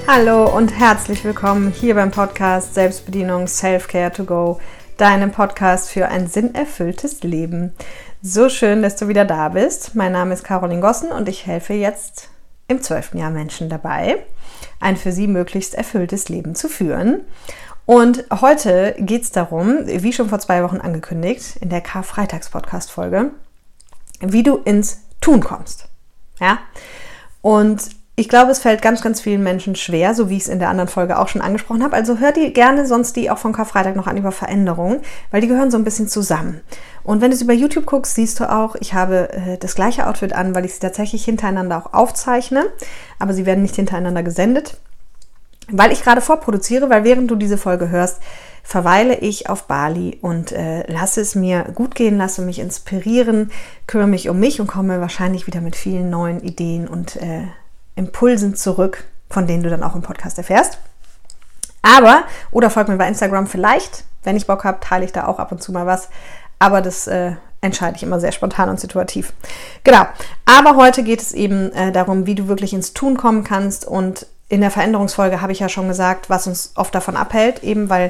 Hallo und herzlich willkommen hier beim Podcast Selbstbedienung Self-Care to Go, deinem Podcast für ein sinnerfülltes Leben. So schön, dass du wieder da bist. Mein Name ist Caroline Gossen und ich helfe jetzt im 12. Jahr Menschen dabei, ein für sie möglichst erfülltes Leben zu führen. Und heute geht es darum, wie schon vor 2 Wochen angekündigt, in der Karfreitags-Podcast-Folge, wie du ins Tun kommst. Ja? Und ich glaube, es fällt ganz, ganz vielen Menschen schwer, so wie ich es in der anderen Folge auch schon angesprochen habe. Also hör dir gerne sonst die auch von Karfreitag noch an über Veränderung, weil die gehören so ein bisschen zusammen. Und wenn du es über YouTube guckst, siehst du auch, ich habe das gleiche Outfit an, weil ich sie tatsächlich hintereinander auch aufzeichne, aber sie werden nicht hintereinander gesendet, weil ich gerade vorproduziere, weil während du diese Folge hörst, verweile ich auf Bali und lasse es mir gut gehen, lasse mich inspirieren, kümmere mich um mich und komme wahrscheinlich wieder mit vielen neuen Ideen und Impulsen zurück, von denen du dann auch im Podcast erfährst. Oder folg mir bei Instagram vielleicht, wenn ich Bock habe, teile ich da auch ab und zu mal was. Aber das entscheide ich immer sehr spontan und situativ. Genau, aber heute geht es eben darum, wie du wirklich ins Tun kommen kannst. Und in der Veränderungsfolge habe ich ja schon gesagt, was uns oft davon abhält, eben weil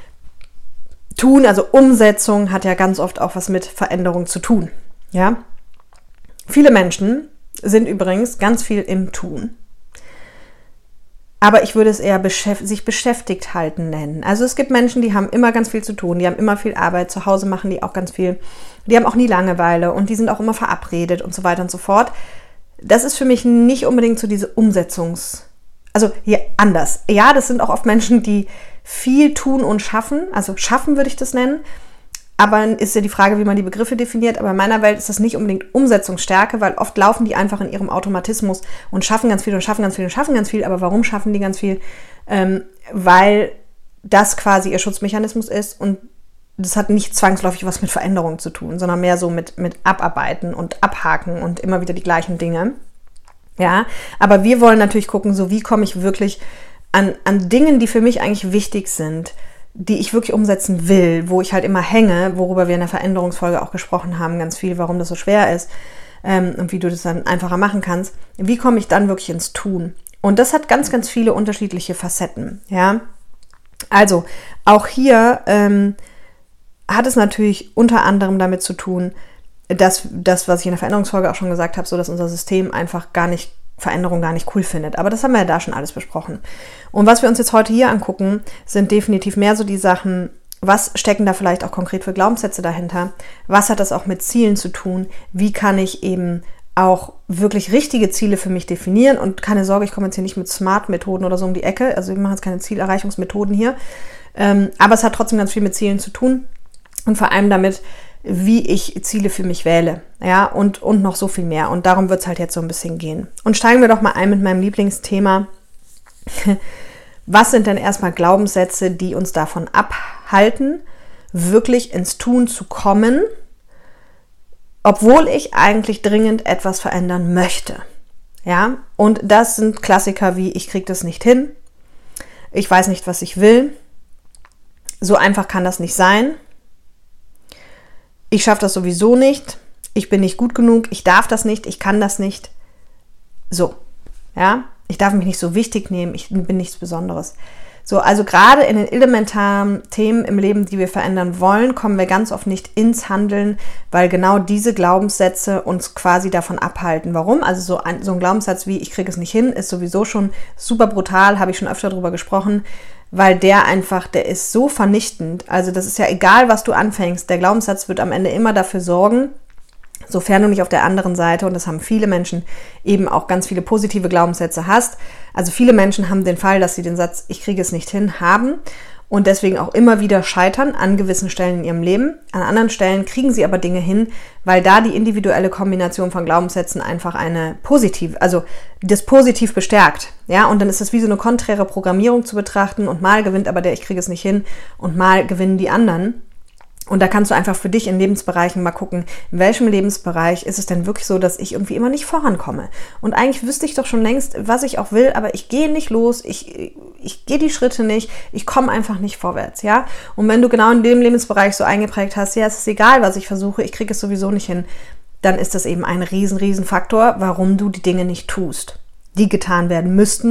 Tun, also Umsetzung, hat ja ganz oft auch was mit Veränderung zu tun. Ja? Viele Menschen sind übrigens ganz viel im Tun. Aber ich würde es eher sich beschäftigt halten nennen. Also es gibt Menschen, die haben immer ganz viel zu tun, die haben immer viel Arbeit, zu Hause machen die auch ganz viel, die haben auch nie Langeweile und die sind auch immer verabredet und so weiter und so fort. Das ist für mich nicht unbedingt so diese also hier anders. Ja, das sind auch oft Menschen, die viel tun und schaffen, also schaffen würde ich das nennen. Aber ist ja die Frage, wie man die Begriffe definiert. Aber in meiner Welt ist das nicht unbedingt Umsetzungsstärke, weil oft laufen die einfach in ihrem Automatismus und schaffen ganz viel und schaffen ganz viel und schaffen ganz viel. Aber warum schaffen die ganz viel? Weil das quasi ihr Schutzmechanismus ist und das hat nicht zwangsläufig was mit Veränderung zu tun, sondern mehr so mit Abarbeiten und Abhaken und immer wieder die gleichen Dinge. Ja, aber wir wollen natürlich gucken, so wie komme ich wirklich an Dingen, die für mich eigentlich wichtig sind, die ich wirklich umsetzen will, wo ich halt immer hänge, worüber wir in der Veränderungsfolge auch gesprochen haben, ganz viel, warum das so schwer ist und wie du das dann einfacher machen kannst. Wie komme ich dann wirklich ins Tun? Und das hat ganz, ganz viele unterschiedliche Facetten. Ja, also auch hier hat es natürlich unter anderem damit zu tun, dass das, was ich in der Veränderungsfolge auch schon gesagt habe, so dass unser System einfach Veränderung gar nicht cool findet. Aber das haben wir ja da schon alles besprochen. Und was wir uns jetzt heute hier angucken, sind definitiv mehr so die Sachen, was stecken da vielleicht auch konkret für Glaubenssätze dahinter? Was hat das auch mit Zielen zu tun? Wie kann ich eben auch wirklich richtige Ziele für mich definieren? Und keine Sorge, ich komme jetzt hier nicht mit Smart-Methoden oder so um die Ecke. Also wir machen jetzt keine Zielerreichungsmethoden hier. Aber es hat trotzdem ganz viel mit Zielen zu tun. Und vor allem damit, wie ich Ziele für mich wähle, ja, und noch so viel mehr. Und darum wird es halt jetzt so ein bisschen gehen. Und steigen wir doch mal ein mit meinem Lieblingsthema. Was sind denn erstmal Glaubenssätze, die uns davon abhalten, wirklich ins Tun zu kommen, obwohl ich eigentlich dringend etwas verändern möchte? Ja, und das sind Klassiker wie, ich kriege das nicht hin, ich weiß nicht, was ich will, so einfach kann das nicht sein, ich schaffe das sowieso nicht, ich bin nicht gut genug, ich darf das nicht, ich kann das nicht. So, ja, ich darf mich nicht so wichtig nehmen, ich bin nichts Besonderes. So, also gerade in den elementaren Themen im Leben, die wir verändern wollen, kommen wir ganz oft nicht ins Handeln, weil genau diese Glaubenssätze uns quasi davon abhalten. Warum? Also so ein Glaubenssatz wie, ich kriege es nicht hin, ist sowieso schon super brutal, habe ich schon öfter drüber gesprochen, weil der ist so vernichtend. Also das ist ja egal, was du anfängst. Der Glaubenssatz wird am Ende immer dafür sorgen, sofern du nicht auf der anderen Seite, und das haben viele Menschen, eben auch ganz viele positive Glaubenssätze hast. Also viele Menschen haben den Fall, dass sie den Satz, ich kriege es nicht hin, haben und deswegen auch immer wieder scheitern an gewissen Stellen in ihrem Leben. An anderen Stellen kriegen sie aber Dinge hin, weil da die individuelle Kombination von Glaubenssätzen einfach das positiv bestärkt. Ja, und dann ist das wie so eine konträre Programmierung zu betrachten und mal gewinnt aber der, ich kriege es nicht hin und mal gewinnen die anderen. Und da kannst du einfach für dich in Lebensbereichen mal gucken, in welchem Lebensbereich ist es denn wirklich so, dass ich irgendwie immer nicht vorankomme. Und eigentlich wüsste ich doch schon längst, was ich auch will, aber ich gehe nicht los, ich gehe die Schritte nicht, ich komme einfach nicht vorwärts, ja. Und wenn du genau in dem Lebensbereich so eingeprägt hast, ja, es ist egal, was ich versuche, ich kriege es sowieso nicht hin, dann ist das eben ein riesen Faktor, warum du die Dinge nicht tust, die getan werden müssten,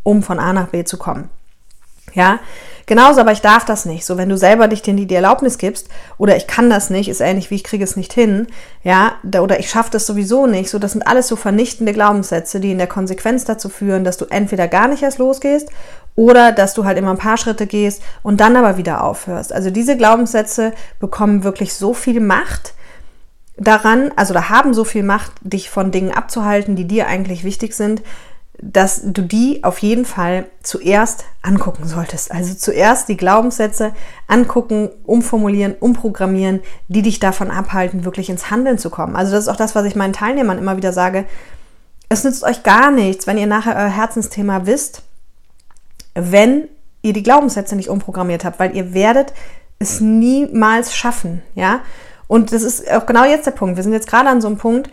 um von A nach B zu kommen. Ja, genauso, aber ich darf das nicht. So, wenn du selber dich die Erlaubnis gibst, oder ich kann das nicht, ist ähnlich wie ich kriege es nicht hin, ja, oder ich schaffe das sowieso nicht, so, das sind alles so vernichtende Glaubenssätze, die in der Konsequenz dazu führen, dass du entweder gar nicht erst losgehst oder dass du halt immer ein paar Schritte gehst und dann aber wieder aufhörst. Also diese Glaubenssätze bekommen wirklich so viel Macht daran, also da haben so viel Macht, dich von Dingen abzuhalten, die dir eigentlich wichtig sind, dass du die auf jeden Fall zuerst angucken solltest. Also zuerst die Glaubenssätze angucken, umformulieren, umprogrammieren, die dich davon abhalten, wirklich ins Handeln zu kommen. Also das ist auch das, was ich meinen Teilnehmern immer wieder sage. Es nützt euch gar nichts, wenn ihr nachher euer Herzensthema wisst, wenn ihr die Glaubenssätze nicht umprogrammiert habt, weil ihr werdet es niemals schaffen, ja. Und das ist auch genau jetzt der Punkt. Wir sind jetzt gerade an so einem Punkt,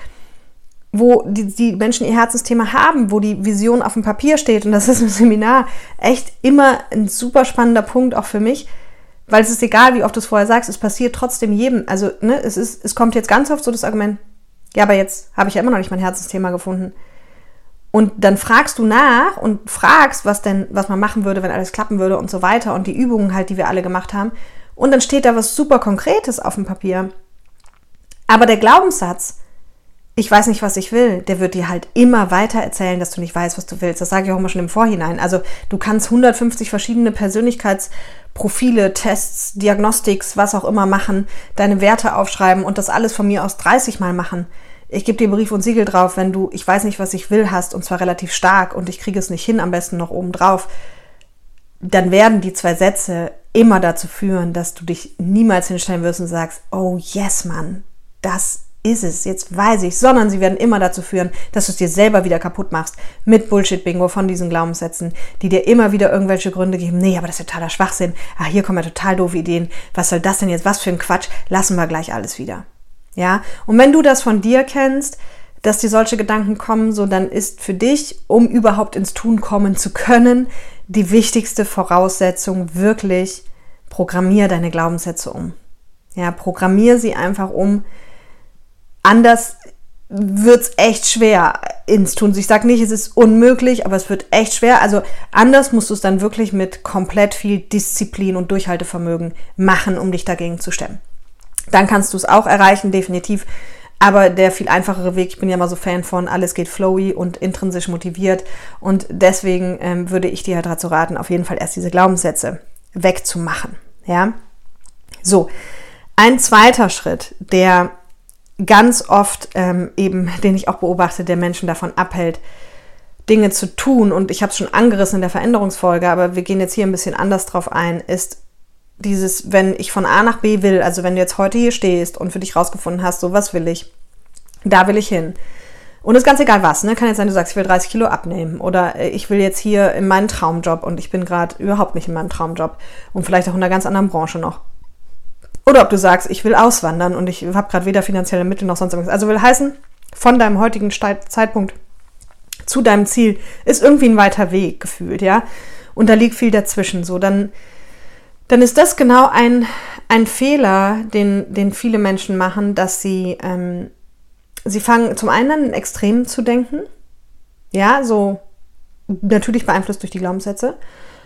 wo die Menschen ihr Herzensthema haben, wo die Vision auf dem Papier steht. Und das ist im Seminar echt immer ein super spannender Punkt, auch für mich, weil es ist egal, wie oft du es vorher sagst, es passiert trotzdem jedem. Also es kommt jetzt ganz oft so das Argument, ja, aber jetzt habe ich ja immer noch nicht mein Herzensthema gefunden. Und dann fragst du nach und fragst, was man machen würde, wenn alles klappen würde und so weiter und die Übungen halt, die wir alle gemacht haben. Und dann steht da was super Konkretes auf dem Papier. Aber der Glaubenssatz, ich weiß nicht, was ich will, der wird dir halt immer weiter erzählen, dass du nicht weißt, was du willst. Das sage ich auch immer schon im Vorhinein. Also du kannst 150 verschiedene Persönlichkeitsprofile, Tests, Diagnostics, was auch immer machen, deine Werte aufschreiben und das alles von mir aus 30 Mal machen. Ich gebe dir Brief und Siegel drauf, wenn du ich weiß nicht, was ich will hast und zwar relativ stark und ich kriege es nicht hin, am besten noch oben drauf, dann werden die 2 Sätze immer dazu führen, dass du dich niemals hinstellen wirst und sagst, oh yes, Mann, das ist es, jetzt weiß ich, sondern sie werden immer dazu führen, dass du es dir selber wieder kaputt machst mit Bullshit-Bingo von diesen Glaubenssätzen, die dir immer wieder irgendwelche Gründe geben, nee, aber das ist totaler Schwachsinn, hier kommen ja total doofe Ideen, was soll das denn jetzt, was für ein Quatsch, lassen wir gleich alles wieder. Ja, und wenn du das von dir kennst, dass dir solche Gedanken kommen, so dann ist für dich, um überhaupt ins Tun kommen zu können, die wichtigste Voraussetzung wirklich, programmier deine Glaubenssätze um. Ja, programmier sie einfach um. Anders wird's echt schwer ins Tun. Ich sage nicht, es ist unmöglich, aber es wird echt schwer. Also anders musst du es dann wirklich mit komplett viel Disziplin und Durchhaltevermögen machen, um dich dagegen zu stemmen. Dann kannst du es auch erreichen, definitiv. Aber der viel einfachere Weg, ich bin ja mal so Fan von, alles geht flowy und intrinsisch motiviert. Und deswegen würde ich dir halt dazu raten, auf jeden Fall erst diese Glaubenssätze wegzumachen. Ja? So, ein zweiter Schritt, der ganz oft den ich auch beobachte, der Menschen davon abhält, Dinge zu tun, und ich habe es schon angerissen in der Veränderungsfolge, aber wir gehen jetzt hier ein bisschen anders drauf ein, ist dieses, wenn ich von A nach B will, also wenn du jetzt heute hier stehst und für dich rausgefunden hast, so was will ich, da will ich hin. Und ist ganz egal was, ne? Kann jetzt sein, du sagst, ich will 30 Kilo abnehmen oder ich will jetzt hier in meinen Traumjob und ich bin gerade überhaupt nicht in meinem Traumjob und vielleicht auch in einer ganz anderen Branche noch. Oder ob du sagst, ich will auswandern und ich habe gerade weder finanzielle Mittel noch sonst irgendwas. Also will heißen, von deinem heutigen Zeitpunkt zu deinem Ziel ist irgendwie ein weiter Weg gefühlt, ja. Und da liegt viel dazwischen. So, dann ist das genau ein Fehler, den viele Menschen machen, dass sie fangen zum einen an, in Extremen zu denken. Ja, so natürlich beeinflusst durch die Glaubenssätze.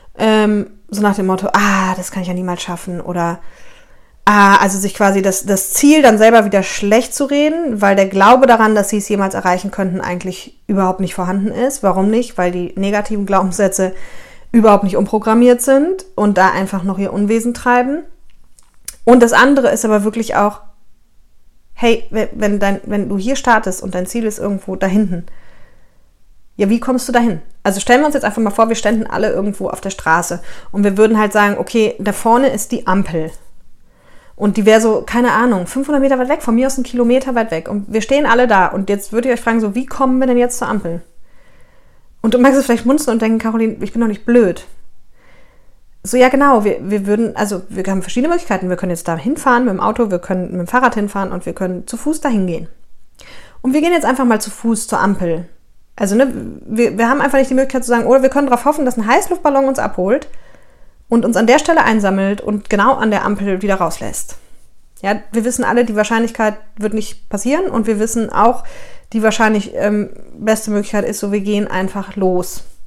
So nach dem Motto, das kann ich ja niemals schaffen oder also sich quasi das Ziel dann selber wieder schlecht zu reden, weil der Glaube daran, dass sie es jemals erreichen könnten, eigentlich überhaupt nicht vorhanden ist. Warum nicht? Weil die negativen Glaubenssätze überhaupt nicht umprogrammiert sind und da einfach noch ihr Unwesen treiben. Und das andere ist aber wirklich auch, hey, wenn du hier startest und dein Ziel ist irgendwo da hinten, ja, wie kommst du dahin? Also stellen wir uns jetzt einfach mal vor, wir ständen alle irgendwo auf der Straße und wir würden halt sagen, okay, da vorne ist die Ampel. Und die wäre so, keine Ahnung, 500 Meter weit weg, von mir aus 1 Kilometer weit weg. Und wir stehen alle da. Und jetzt würde ich euch fragen, so, wie kommen wir denn jetzt zur Ampel? Und du magst es vielleicht munzeln und denken, Caroline, ich bin doch nicht blöd. So, ja genau, wir haben verschiedene Möglichkeiten. Wir können jetzt da hinfahren mit dem Auto, wir können mit dem Fahrrad hinfahren und wir können zu Fuß dahin gehen. Und wir gehen jetzt einfach mal zu Fuß zur Ampel. Also, ne, wir haben einfach nicht die Möglichkeit zu sagen, oder wir können darauf hoffen, dass ein Heißluftballon uns abholt und uns an der Stelle einsammelt und genau an der Ampel wieder rauslässt. Ja, wir wissen alle, die Wahrscheinlichkeit wird nicht passieren und wir wissen auch, die wahrscheinlich beste Möglichkeit ist so, wir gehen einfach los.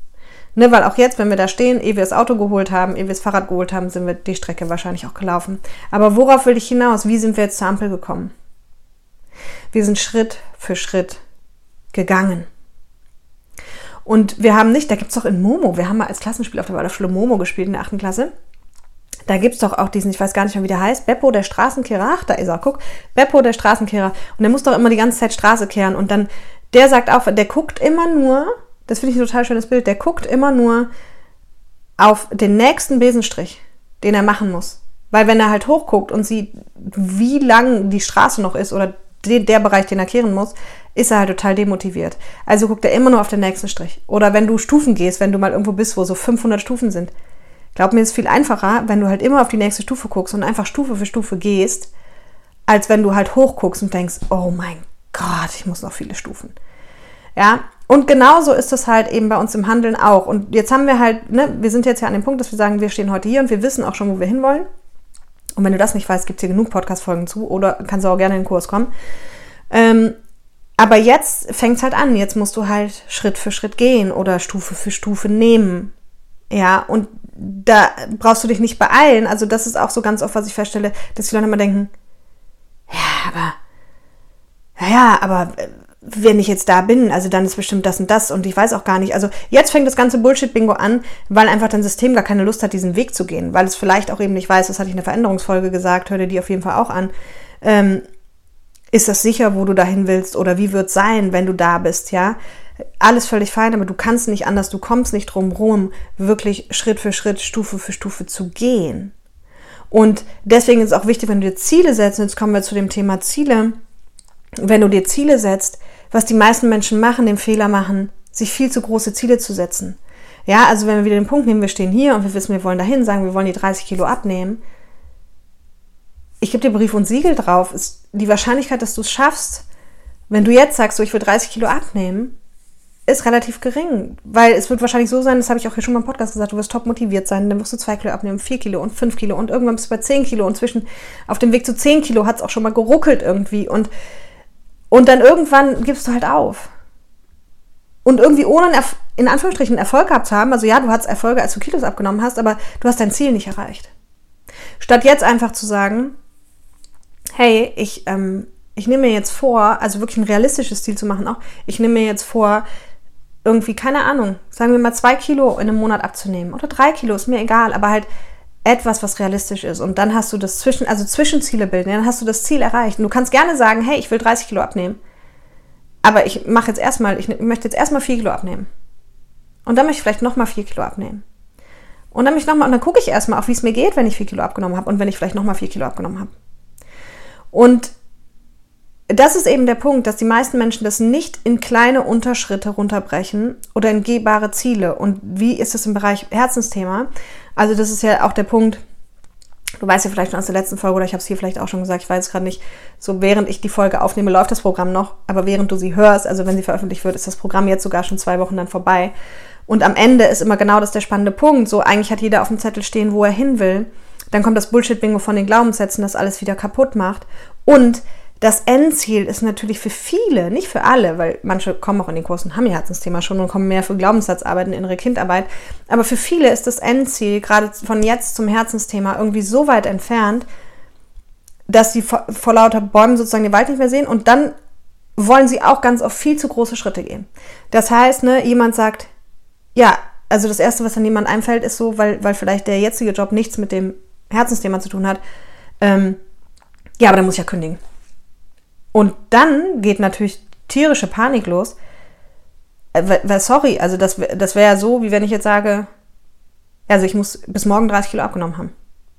Ne, weil auch jetzt, wenn wir da stehen, ehe wir das Auto geholt haben, ehe wir das Fahrrad geholt haben, sind wir die Strecke wahrscheinlich auch gelaufen. Aber worauf will ich hinaus? Wie sind wir jetzt zur Ampel gekommen? Wir sind Schritt für Schritt gegangen. Und wir haben nicht, da gibt es doch in Momo, wir haben mal als Klassenspiel auf der Waldorfschule Momo gespielt in der 8. Klasse. Da gibt es doch auch diesen, ich weiß gar nicht mehr, wie der heißt, Beppo, der Straßenkehrer. Ach, da ist er, guck. Beppo, der Straßenkehrer. Und der muss doch immer die ganze Zeit Straße kehren. Und dann, der sagt auch, der guckt immer nur, das finde ich ein total schönes Bild, der guckt immer nur auf den nächsten Besenstrich, den er machen muss. Weil wenn er halt hochguckt und sieht, wie lang die Straße noch ist oder der Bereich, den er kehren muss, ist er halt total demotiviert. Also guckt er immer nur auf den nächsten Strich. Oder wenn du Stufen gehst, wenn du mal irgendwo bist, wo so 500 Stufen sind. Glaub mir, ist viel einfacher, wenn du halt immer auf die nächste Stufe guckst und einfach Stufe für Stufe gehst, als wenn du halt hochguckst und denkst, oh mein Gott, ich muss noch viele Stufen. Ja, und genauso ist es halt eben bei uns im Handeln auch. Und jetzt haben wir halt, ne, wir sind jetzt ja an dem Punkt, dass wir sagen, wir stehen heute hier und wir wissen auch schon, wo wir hinwollen. Und wenn du das nicht weißt, gibt es hier genug Podcast-Folgen zu oder kannst du auch gerne in den Kurs kommen. Aber jetzt fängt es halt an. Jetzt musst du halt Schritt für Schritt gehen oder Stufe für Stufe nehmen. Ja, und da brauchst du dich nicht beeilen. Also das ist auch so ganz oft, was ich feststelle, dass die Leute immer denken, aber wenn ich jetzt da bin, also dann ist bestimmt das und das und ich weiß auch gar nicht. Also jetzt fängt das ganze Bullshit-Bingo an, weil einfach dein System gar keine Lust hat, diesen Weg zu gehen, weil es vielleicht auch eben nicht weiß, das hatte ich in der Veränderungsfolge gesagt, hör dir die auf jeden Fall auch an. Ist das sicher, wo du dahin willst oder wie wird es sein, wenn du da bist, ja? Alles völlig fein, aber du kannst nicht anders, du kommst nicht drum rum, wirklich Schritt für Schritt, Stufe für Stufe zu gehen. Und deswegen ist es auch wichtig, wenn du dir Ziele setzt, und jetzt kommen wir zu dem Thema Ziele, wenn du dir Ziele setzt, was die meisten Menschen machen, den Fehler machen, sich viel zu große Ziele zu setzen. Ja, also wenn wir wieder den Punkt nehmen, wir stehen hier und wir wissen, wir wollen dahin, sagen, wir wollen die 30 Kilo abnehmen. Ich gebe dir Brief und Siegel drauf, ist die Wahrscheinlichkeit, dass du es schaffst, wenn du jetzt sagst, so, ich will 30 Kilo abnehmen, ist relativ gering, weil es wird wahrscheinlich so sein, das habe ich auch hier schon mal im Podcast gesagt, du wirst top motiviert sein, dann wirst du 2 Kilo abnehmen, 4 Kilo und 5 Kilo und irgendwann bist du bei 10 Kilo und auf dem Weg zu 10 Kilo hat es auch schon mal geruckelt irgendwie und dann irgendwann gibst du halt auf. Und irgendwie ohne in Anführungsstrichen Erfolg gehabt zu haben, also ja, du hattest Erfolge, als du Kilos abgenommen hast, aber du hast dein Ziel nicht erreicht. Statt jetzt einfach zu sagen, hey, ich nehme mir jetzt vor, also wirklich ein realistisches Ziel zu machen auch, ich nehme mir jetzt vor, irgendwie, keine Ahnung, sagen wir mal 2 Kilo in einem Monat abzunehmen oder 3 Kilo, ist mir egal, aber halt etwas, was realistisch ist. Und dann hast du das Zwischenziele bilden, dann hast du das Ziel erreicht. Und du kannst gerne sagen, hey, ich will 30 Kilo abnehmen, aber ich möchte jetzt erstmal 4 Kilo abnehmen. Und dann möchte ich vielleicht nochmal 4 Kilo abnehmen. Und dann und dann gucke ich erstmal auf, wie es mir geht, wenn ich 4 Kilo abgenommen habe und wenn ich vielleicht nochmal 4 Kilo abgenommen habe. Und das ist eben der Punkt, dass die meisten Menschen das nicht in kleine Unterschritte runterbrechen oder in gehbare Ziele. Und wie ist das im Bereich Herzensthema? Also das ist ja auch der Punkt, du weißt ja vielleicht schon aus der letzten Folge oder ich habe es hier vielleicht auch schon gesagt, ich weiß es gerade nicht, so während ich die Folge aufnehme, läuft das Programm noch, aber während du sie hörst, also wenn sie veröffentlicht wird, ist das Programm jetzt sogar schon 2 Wochen dann vorbei. Und am Ende ist immer genau das der spannende Punkt, so eigentlich hat jeder auf dem Zettel stehen, wo er hin will. Dann kommt das Bullshit-Bingo von den Glaubenssätzen, das alles wieder kaputt macht. Und das Endziel ist natürlich für viele, nicht für alle, weil manche kommen auch in den Kurs und haben ihr Herzensthema schon und kommen mehr für Glaubenssatzarbeit und innere Kindarbeit. Aber für viele ist das Endziel, gerade von jetzt zum Herzensthema, irgendwie so weit entfernt, dass sie vor lauter Bäumen sozusagen den Wald nicht mehr sehen und dann wollen sie auch ganz oft viel zu große Schritte gehen. Das heißt, ne, jemand sagt, ja, also das Erste, was dann jemand einfällt, ist so, weil vielleicht der jetzige Job nichts mit dem Herzensthema zu tun hat, ja, aber dann muss ich ja kündigen. Und dann geht natürlich tierische Panik los. Sorry, also das wäre ja so, wie wenn ich jetzt sage, also ich muss bis morgen 30 Kilo abgenommen haben.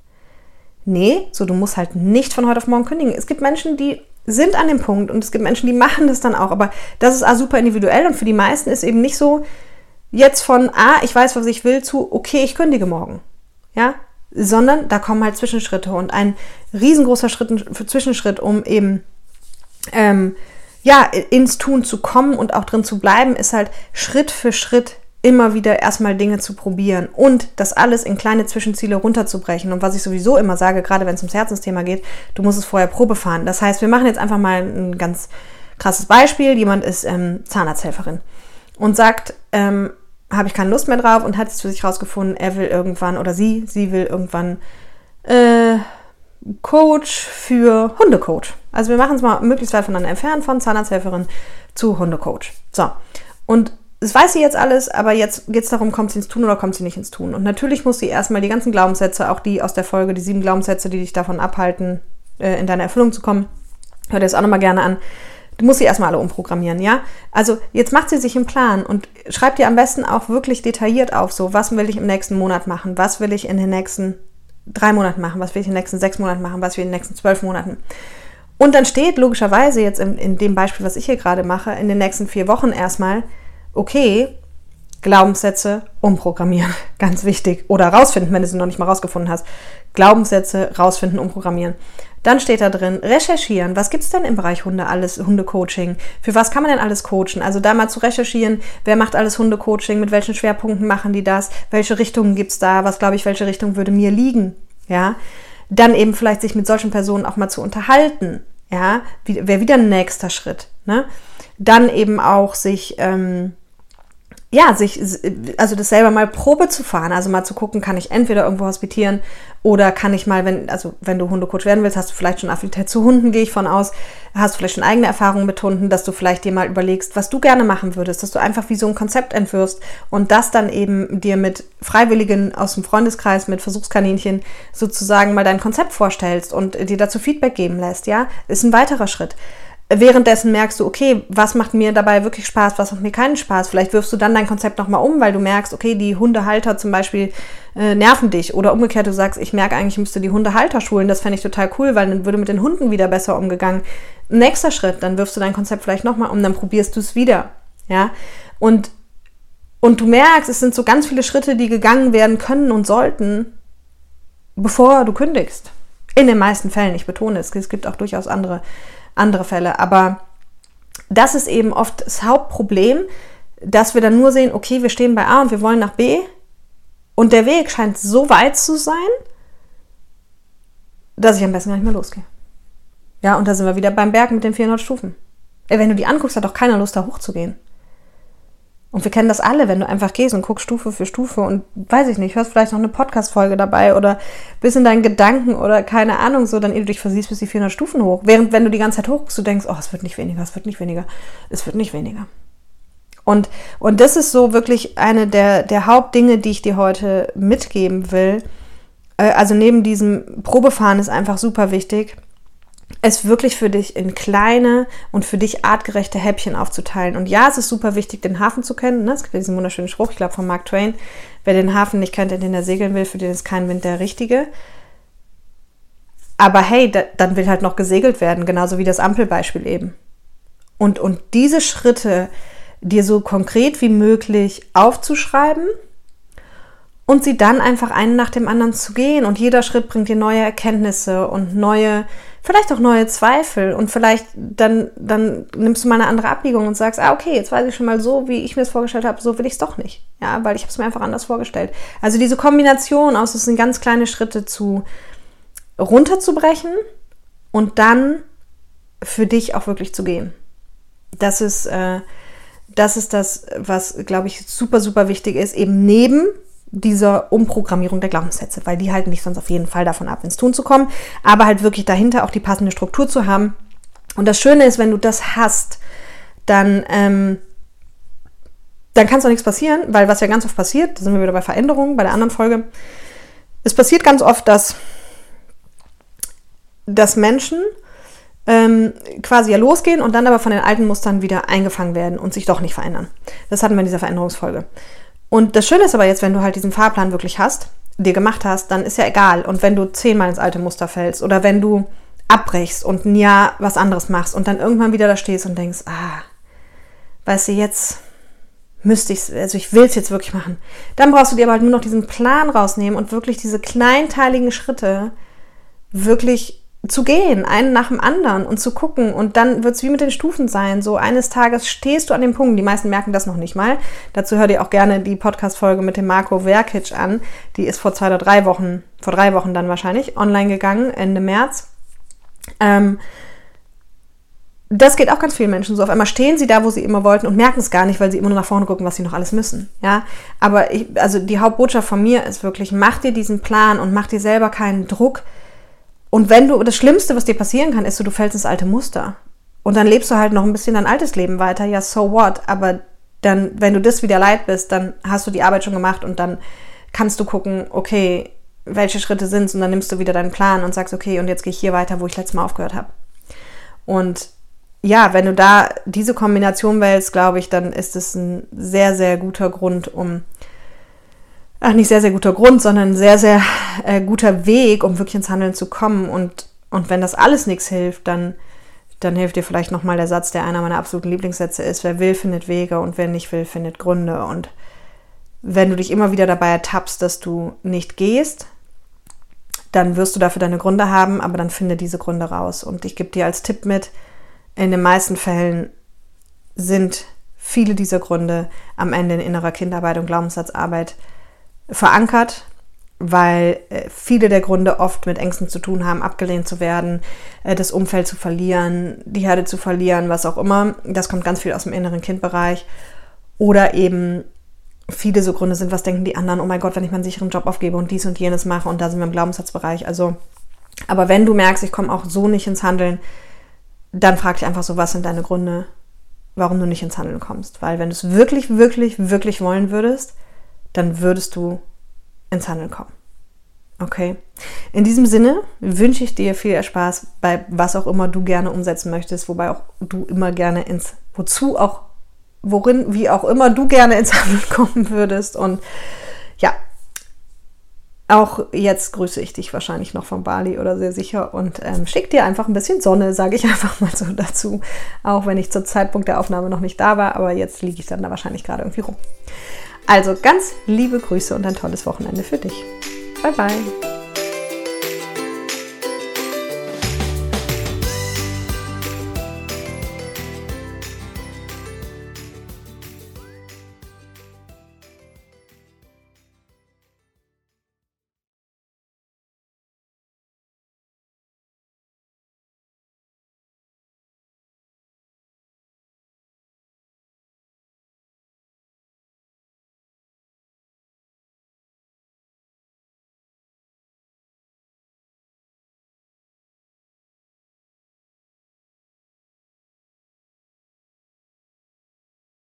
Nee, so du musst halt nicht von heute auf morgen kündigen. Es gibt Menschen, die sind an dem Punkt und es gibt Menschen, die machen das dann auch. Aber das ist super individuell und für die meisten ist eben nicht so, jetzt von ich weiß, was ich will, zu okay, ich kündige morgen. Ja, sondern da kommen halt Zwischenschritte und ein riesengroßer Zwischenschritt, um eben ins Tun zu kommen und auch drin zu bleiben, ist halt Schritt für Schritt immer wieder erstmal Dinge zu probieren und das alles in kleine Zwischenziele runterzubrechen. Und was ich sowieso immer sage, gerade wenn es ums Herzensthema geht, du musst es vorher Probe fahren. Das heißt, wir machen jetzt einfach mal ein ganz krasses Beispiel. Jemand ist Zahnarzthelferin und sagt, habe ich keine Lust mehr drauf und hat es für sich rausgefunden, er will irgendwann oder sie will irgendwann Coach für Hundecoach. Also wir machen es mal möglichst weit voneinander entfernt, von Zahnarzthelferin zu Hundecoach. So, und das weiß sie jetzt alles, aber jetzt geht es darum, kommt sie ins Tun oder kommt sie nicht ins Tun. Und natürlich muss sie erstmal die ganzen Glaubenssätze, auch die aus der Folge, die 7 Glaubenssätze, die dich davon abhalten, in deine Erfüllung zu kommen, hör dir das auch nochmal gerne an, du musst sie erstmal alle umprogrammieren, ja? Also jetzt macht sie sich einen Plan und schreibt dir am besten auch wirklich detailliert auf, so, was will ich im nächsten Monat machen, was will ich in den nächsten 3 Monaten machen, was will ich in den nächsten 6 Monaten machen, was will ich in den nächsten 12 Monaten. Und dann steht logischerweise jetzt in dem Beispiel, was ich hier gerade mache, in den nächsten 4 Wochen erstmal, okay, Glaubenssätze umprogrammieren, ganz wichtig. Oder rausfinden, wenn du sie noch nicht mal rausgefunden hast. Glaubenssätze rausfinden, umprogrammieren. Dann steht da drin, recherchieren, was gibt es denn im Bereich Hunde alles, Hundecoaching? Für was kann man denn alles coachen? Also da mal zu recherchieren, wer macht alles Hundecoaching, mit welchen Schwerpunkten machen die das, welche Richtungen gibt es da, was glaube ich, welche Richtung würde mir liegen, ja? Dann eben vielleicht sich mit solchen Personen auch mal zu unterhalten, ja? Wäre wieder ein nächster Schritt, ne? Dann eben auch sich also das selber mal Probe zu fahren, also mal zu gucken, kann ich entweder irgendwo hospitieren oder kann ich mal, wenn du Hundecoach werden willst, hast du vielleicht schon Affinität zu Hunden, gehe ich von aus, hast du vielleicht schon eigene Erfahrungen mit Hunden, dass du vielleicht dir mal überlegst, was du gerne machen würdest, dass du einfach wie so ein Konzept entwirfst und das dann eben dir mit Freiwilligen aus dem Freundeskreis, mit Versuchskaninchen sozusagen mal dein Konzept vorstellst und dir dazu Feedback geben lässt, ja, ist ein weiterer Schritt. Währenddessen merkst du, okay, was macht mir dabei wirklich Spaß, was macht mir keinen Spaß. Vielleicht wirfst du dann dein Konzept nochmal um, weil du merkst, okay, die Hundehalter zum Beispiel nerven dich. Oder umgekehrt, du sagst, ich merke eigentlich, ich müsste die Hundehalter schulen. Das fände ich total cool, weil dann würde mit den Hunden wieder besser umgegangen. Nächster Schritt, dann wirfst du dein Konzept vielleicht nochmal um, dann probierst du es wieder. Ja? Und du merkst, es sind so ganz viele Schritte, die gegangen werden können und sollten, bevor du kündigst. In den meisten Fällen, ich betone es gibt auch durchaus andere Fälle, aber das ist eben oft das Hauptproblem, dass wir dann nur sehen, okay, wir stehen bei A und wir wollen nach B und der Weg scheint so weit zu sein, dass ich am besten gar nicht mehr losgehe. Ja, und da sind wir wieder beim Berg mit den 400 Stufen. Wenn du die anguckst, hat doch keiner Lust, da hochzugehen. Und wir kennen das alle, wenn du einfach gehst und guckst Stufe für Stufe und, weiß ich nicht, hörst vielleicht noch eine Podcast-Folge dabei oder bist in deinen Gedanken oder keine Ahnung so, dann ehe du dich versiehst, bis die 400 Stufen hoch. Während, wenn du die ganze Zeit hochguckst, du denkst, oh, es wird nicht weniger, es wird nicht weniger, es wird nicht weniger. Und das ist so wirklich eine der Hauptdinge, die ich dir heute mitgeben will. Also neben diesem Probefahren ist einfach super wichtig, es wirklich für dich in kleine und für dich artgerechte Häppchen aufzuteilen. Und ja, es ist super wichtig, den Hafen zu kennen. Ne? Es gibt ja diesen wunderschönen Spruch, ich glaube von Mark Twain, wer den Hafen nicht kennt, den er segeln will, für den ist kein Wind der richtige. Aber hey, dann will halt noch gesegelt werden, genauso wie das Ampelbeispiel eben. Und diese Schritte dir so konkret wie möglich aufzuschreiben und sie dann einfach einen nach dem anderen zu gehen. Und jeder Schritt bringt dir neue Erkenntnisse und vielleicht auch neue Zweifel. Und vielleicht dann nimmst du mal eine andere Abbiegung und sagst, okay, jetzt weiß ich schon mal so, wie ich mir es vorgestellt habe, so will ich es doch nicht. Ja, weil ich habe es mir einfach anders vorgestellt. Also diese Kombination aus, es sind ganz kleine Schritte runterzubrechen und dann für dich auch wirklich zu gehen. Das ist das, was, glaube ich, super, super wichtig ist, eben neben dieser Umprogrammierung der Glaubenssätze, weil die halten dich sonst auf jeden Fall davon ab, ins Tun zu kommen, aber halt wirklich dahinter auch die passende Struktur zu haben. Und das Schöne ist, wenn du das hast, dann kann es auch nichts passieren, weil was ja ganz oft passiert, da sind wir wieder bei Veränderungen, bei der anderen Folge, es passiert ganz oft, dass Menschen quasi ja losgehen und dann aber von den alten Mustern wieder eingefangen werden und sich doch nicht verändern. Das hatten wir in dieser Veränderungsfolge. Und das Schöne ist aber jetzt, wenn du halt diesen Fahrplan wirklich hast, dir gemacht hast, dann ist ja egal. Und wenn du 10-mal ins alte Muster fällst oder wenn du abbrichst und ein Jahr was anderes machst und dann irgendwann wieder da stehst und denkst, weißt du, jetzt müsste ich ich will es jetzt wirklich machen. Dann brauchst du dir aber halt nur noch diesen Plan rausnehmen und wirklich diese kleinteiligen Schritte wirklich zu gehen, einen nach dem anderen und zu gucken und dann wird es wie mit den Stufen sein, so eines Tages stehst du an dem Punkt, die meisten merken das noch nicht mal, dazu hör dir auch gerne die Podcast-Folge mit dem Marco Verkic an, die ist vor 3 Wochen dann wahrscheinlich online gegangen, Ende März. das geht auch ganz vielen Menschen so. Auf einmal stehen sie da, wo sie immer wollten und merken es gar nicht, weil sie immer nur nach vorne gucken, was sie noch alles müssen. Ja? Aber also die Hauptbotschaft von mir ist wirklich, mach dir diesen Plan und mach dir selber keinen Druck. Und das Schlimmste, was dir passieren kann, ist du fällst ins alte Muster. Und dann lebst du halt noch ein bisschen dein altes Leben weiter. Ja, so what? Aber dann, wenn du das wieder leid bist, dann hast du die Arbeit schon gemacht und dann kannst du gucken, okay, welche Schritte sind es? Und dann nimmst du wieder deinen Plan und sagst, okay, und jetzt gehe ich hier weiter, wo ich letztes Mal aufgehört habe. Und ja, wenn du da diese Kombination wählst, glaube ich, dann ist es ein sehr, sehr guter Grund, nicht sehr, sehr guter Grund, sondern ein sehr, sehr guter Weg, um wirklich ins Handeln zu kommen. Und wenn das alles nichts hilft, dann hilft dir vielleicht nochmal der Satz, der einer meiner absoluten Lieblingssätze ist: Wer will, findet Wege, und wer nicht will, findet Gründe. Und wenn du dich immer wieder dabei ertappst, dass du nicht gehst, dann wirst du dafür deine Gründe haben, aber dann finde diese Gründe raus. Und ich gebe dir als Tipp mit, in den meisten Fällen sind viele dieser Gründe am Ende in innerer Kindarbeit und Glaubenssatzarbeit verankert, weil viele der Gründe oft mit Ängsten zu tun haben, abgelehnt zu werden, das Umfeld zu verlieren, die Herde zu verlieren, was auch immer. Das kommt ganz viel aus dem inneren Kindbereich. Oder eben viele so Gründe sind, was denken die anderen, oh mein Gott, wenn ich meinen sicheren Job aufgebe und dies und jenes mache, und da sind wir im Glaubenssatzbereich. Also, aber wenn du merkst, ich komme auch so nicht ins Handeln, dann frag dich einfach so, was sind deine Gründe, warum du nicht ins Handeln kommst. Weil wenn du es wirklich, wirklich, wirklich wollen würdest, dann würdest du ins Handeln kommen. Okay? In diesem Sinne wünsche ich dir viel Spaß bei was auch immer du gerne umsetzen möchtest, wobei auch du immer gerne wie auch immer du gerne ins Handeln kommen würdest. Und ja, auch jetzt grüße ich dich wahrscheinlich noch von Bali oder sehr sicher und schick dir einfach ein bisschen Sonne, sage ich einfach mal so dazu. Auch wenn ich zum Zeitpunkt der Aufnahme noch nicht da war, aber jetzt liege ich dann da wahrscheinlich gerade irgendwie rum. Also ganz liebe Grüße und ein tolles Wochenende für dich. Bye, bye.